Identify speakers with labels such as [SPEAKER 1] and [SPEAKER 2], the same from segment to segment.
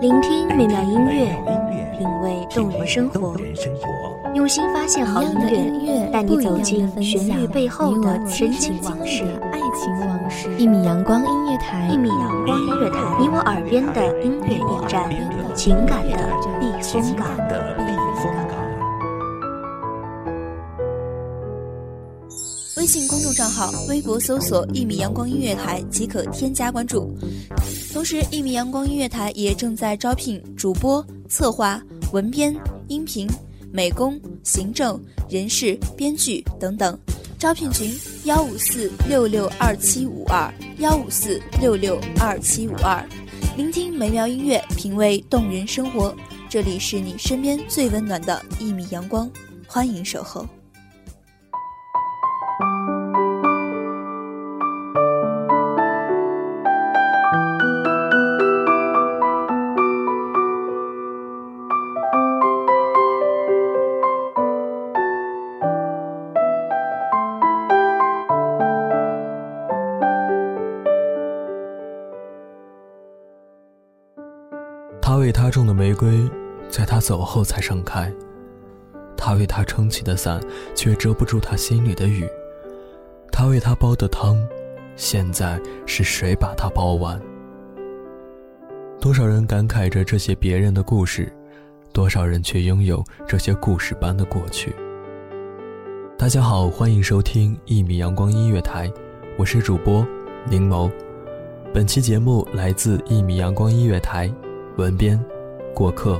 [SPEAKER 1] 聆听美妙音乐，品味动人生活，用心发现好音乐，带你走进旋律背后的深情往事。
[SPEAKER 2] 爱情往事。一米阳光音乐台，
[SPEAKER 1] 一米阳光音乐台，你我耳边的音乐驿站，情感的避风港。
[SPEAKER 3] 微信公众账号、微博搜索“一米阳光音乐台”即可添加关注。同时，一米阳光音乐台也正在招聘主播、策划、文编、音频、美工、行政、人事、编剧等等。招聘群154662752，154662752。聆听美妙音乐，品味动人生活。这里是你身边最温暖的一米阳光，欢迎守候。
[SPEAKER 4] 他为他种的玫瑰，在他走后才盛开；他为他撑起的伞，却遮不住他心里的雨；他为他煲的汤，现在是谁把它煲完？多少人感慨着这些别人的故事，多少人却拥有这些故事般的过去。大家好，欢迎收听一米阳光音乐台，我是主播林谋。本期节目来自一米阳光音乐台，文编过客。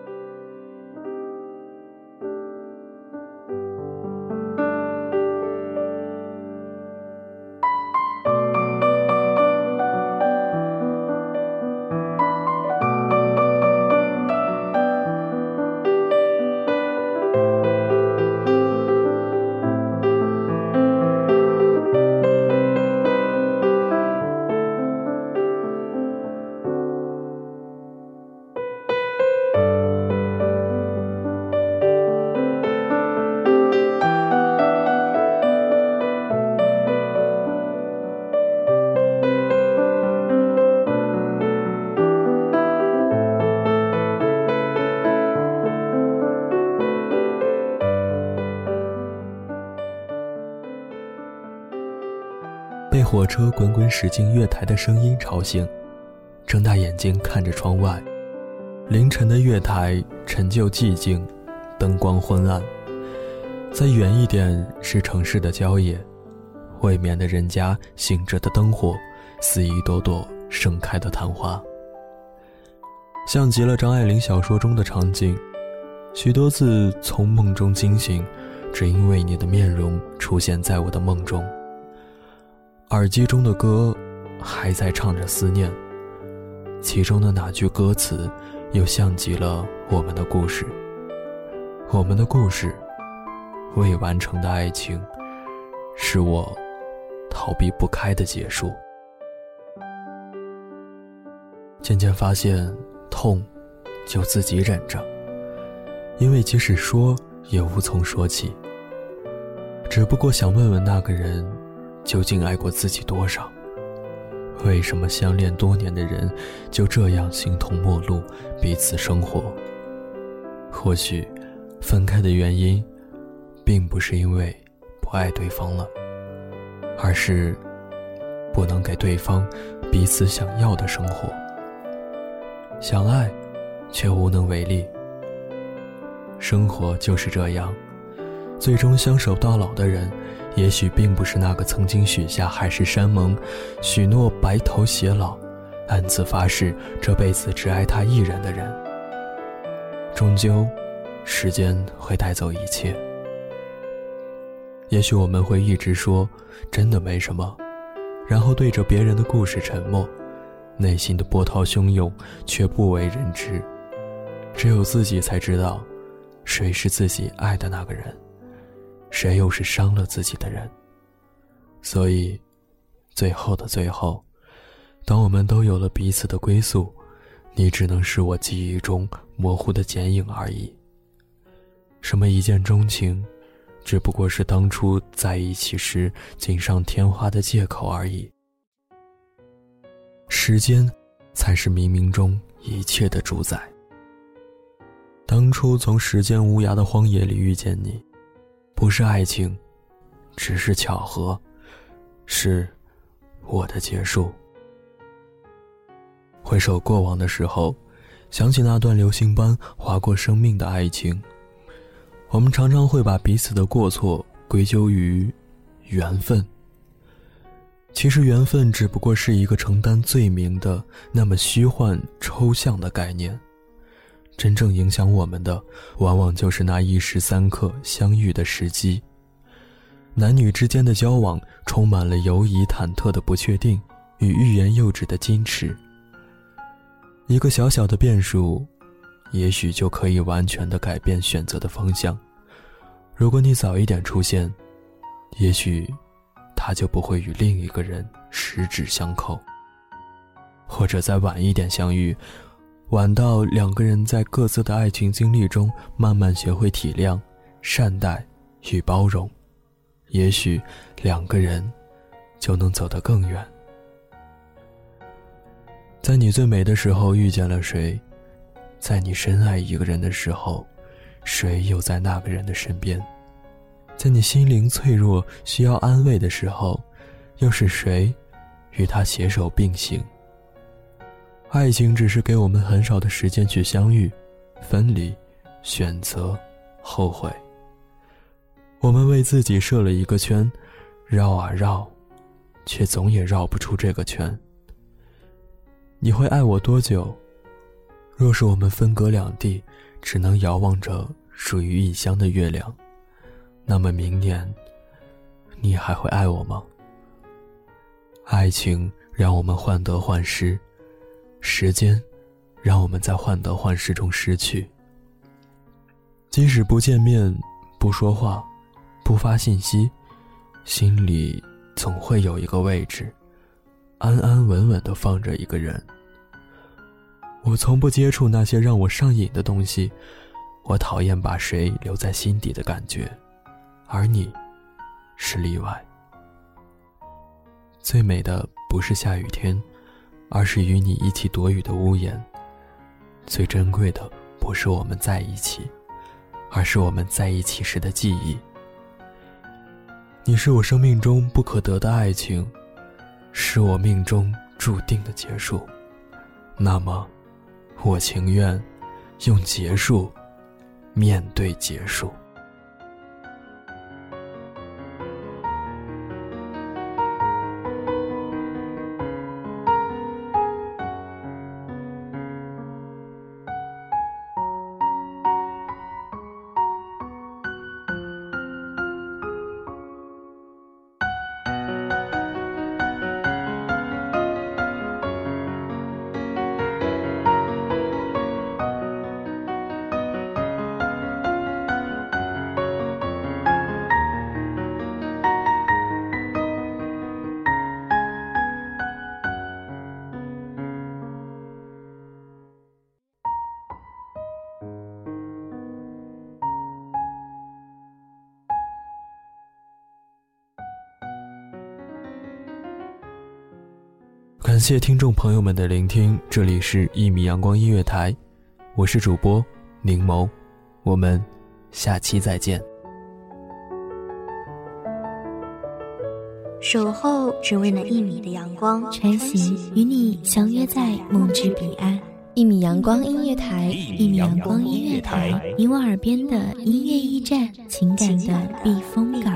[SPEAKER 4] 被火车滚滚驶进月台的声音吵醒，睁大眼睛看着窗外，凌晨的月台陈旧寂静，灯光昏暗。再远一点是城市的郊野，未眠的人家醒着的灯火，似一朵朵盛开的昙花，像极了张爱玲小说中的场景。许多次从梦中惊醒，只因为你的面容出现在我的梦中。耳机中的歌还在唱着思念，其中的哪句歌词又像极了我们的故事。我们的故事，未完成的爱情，是我逃避不开的结束。渐渐发现痛就自己忍着，因为即使说也无从说起，只不过想问问那个人究竟爱过自己多少？为什么相恋多年的人就这样形同陌路，彼此生活？或许分开的原因并不是因为不爱对方了，而是不能给对方彼此想要的生活，想爱却无能为力。生活就是这样，最终相守到老的人，也许并不是那个曾经许下海誓山盟，许诺白头偕老，暗自发誓这辈子只爱他一人的人。终究时间会带走一切。也许我们会一直说真的没什么，然后对着别人的故事沉默，内心的波涛汹涌却不为人知。只有自己才知道谁是自己爱的那个人，谁又是伤了自己的人。所以最后的最后，当我们都有了彼此的归宿，你只能是我记忆中模糊的剪影而已。什么一见钟情，只不过是当初在一起时锦上添花的借口而已。时间才是冥冥中一切的主宰。当初从时间无涯的荒野里遇见你，不是爱情，只是巧合，是我的结束。回首过往的时候，想起那段流星般划过生命的爱情，我们常常会把彼此的过错归咎于缘分。其实缘分只不过是一个承担罪名的那么虚幻抽象的概念，真正影响我们的往往就是那一时三刻相遇的时机。男女之间的交往充满了犹疑忐忑的不确定与欲言又止的矜持，一个小小的变数也许就可以完全地改变选择的方向。如果你早一点出现，也许他就不会与另一个人十指相扣，或者再晚一点相遇，晚到两个人在各自的爱情经历中慢慢学会体谅、善待与包容，也许两个人就能走得更远。在你最美的时候遇见了谁？在你深爱一个人的时候，谁又在那个人的身边？在你心灵脆弱需要安慰的时候，又是谁与他携手并行？爱情只是给我们很少的时间去相遇、分离、选择、后悔。我们为自己设了一个圈，绕啊绕，却总也绕不出这个圈。你会爱我多久？若是我们分隔两地，只能遥望着属于异乡的月亮，那么明年你还会爱我吗？爱情让我们患得患失，时间让我们在患得患失中失去。即使不见面、不说话、不发信息，心里总会有一个位置，安安稳稳地放着一个人。我从不接触那些让我上瘾的东西，我讨厌把谁留在心底的感觉，而你是例外。最美的不是下雨天，而是与你一起躲雨的屋檐。最珍贵的不是我们在一起，而是我们在一起时的记忆。你是我生命中不可得的爱情，是我命中注定的结束。那么我情愿用结束面对结束。感谢听众朋友们的聆听，这里是1米阳光音乐台，我是主播柠檬，我们下期再见。
[SPEAKER 1] 守候只为那1米的阳光，
[SPEAKER 2] 穿行与你相约在梦之彼岸。1米阳光音乐台，1米阳光音乐台，你我耳边的音乐驿站，情感的避风港。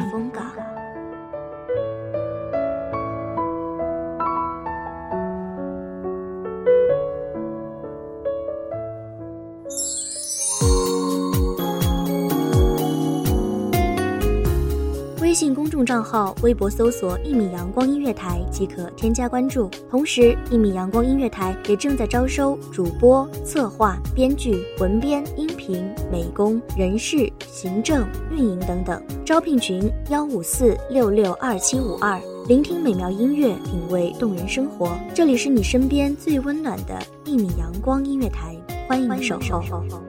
[SPEAKER 1] 微信公众账号、微博搜索1米阳光音乐台即可添加关注。同时，1米阳光音乐台也正在招收主播、策划、编剧、文编、音频、美工、人事、行政、运营等等。招聘群154662752，聆听美妙音乐，品味动人生活。这里是你身边最温暖的1米阳光音乐台，欢迎守候。